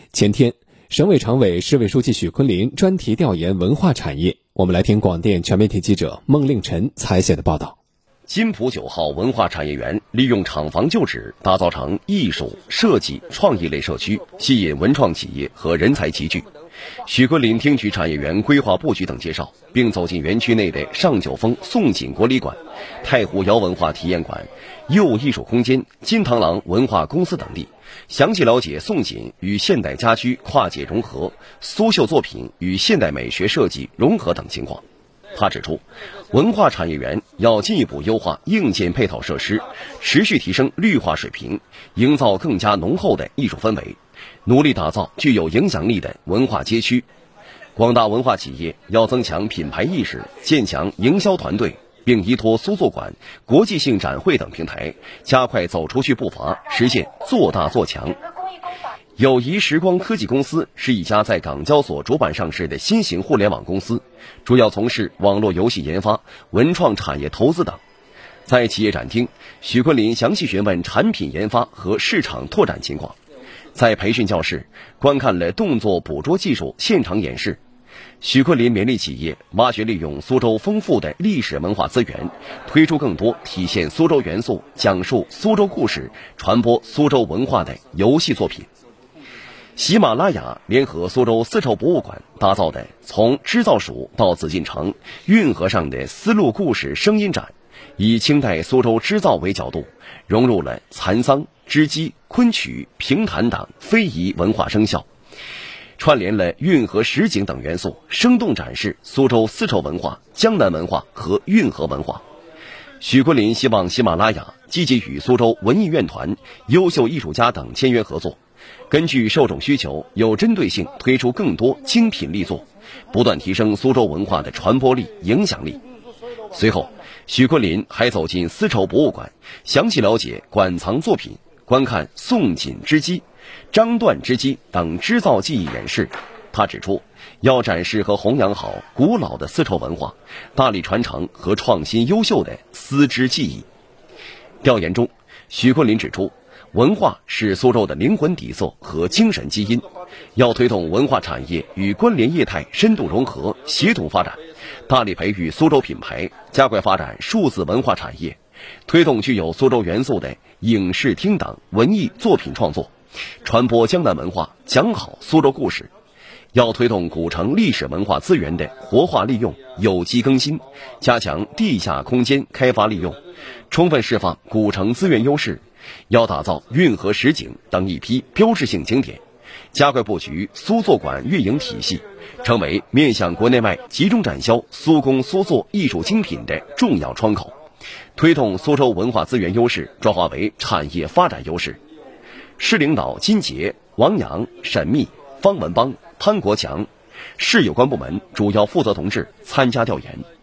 前天，省委常委、市委书记许昆林专题调研文化产业。我们来听广电全媒体记者孟令晨采写的报道。 金浦9号文化产业园利用厂房旧址打造成艺术、设计、创意类社区，吸引文创企业和人才齐聚。许昆林听取产业园规划布局等介绍，并走进园区内的上九峰宋锦国礼馆、太湖窑文化体验馆、釉艺术空间、金螳螂文化公司等地，详细了解宋锦与现代家居跨界融合、苏绣作品与现代美学设计融合等情况。他指出，文化产业园要进一步优化硬件配套设施，持续提升绿化水平，营造更加浓厚的艺术氛围，努力打造具有影响力的文化街区。广大文化企业要增强品牌意识，建强营销团队，并依托苏作馆、国际性展会等平台，加快走出去步伐，实现做大做强。友谊时光科技公司是一家在港交所主板上市的新型互联网公司，主要从事网络游戏研发、文创产业投资等。在企业展厅，许昆林详细询问产品研发和市场拓展情况。在培训教室，观看了动作捕捉技术现场演示。许昆林勉励企业挖掘利用苏州丰富的历史文化资源，推出更多体现苏州元素、讲述苏州故事、传播苏州文化的游戏作品。喜马拉雅联合苏州丝绸博物馆打造的从织造署到紫禁城运河上的丝路故事声音展，以清代苏州织造为角度，融入了蚕桑、织机、昆曲、评弹等非遗文化声效，串联了运河实景等元素，生动展示苏州丝绸文化、江南文化和运河文化。许昆林希望喜马拉雅积极与苏州文艺院团、优秀艺术家等签约合作，根据受众需求，有针对性推出更多精品力作，不断提升苏州文化的传播力、影响力。随后，许昆林还走进丝绸博物馆，详细了解馆藏作品，观看宋锦织机、张缎织机等织造技艺演示。他指出，要展示和弘扬好古老的丝绸文化，大力传承和创新优秀的丝织技艺。调研中，许昆林指出，文化是苏州的灵魂底色和精神基因，要推动文化产业与关联业态深度融合、协同发展，大力培育苏州品牌，加快发展数字文化产业，推动具有苏州元素的影视厅等文艺作品创作，传播江南文化，讲好苏州故事。要推动古城历史文化资源的活化利用、有机更新，加强地下空间开发利用，充分释放古城资源优势。要打造运河实景等一批标志性景点，加快布局苏作馆运营体系，成为面向国内外集中展销苏工苏作艺术精品的重要窗口，推动苏州文化资源优势转化为产业发展优势。市领导金杰、王阳、沈密、方文邦、潘国强，市有关部门主要负责同志参加调研。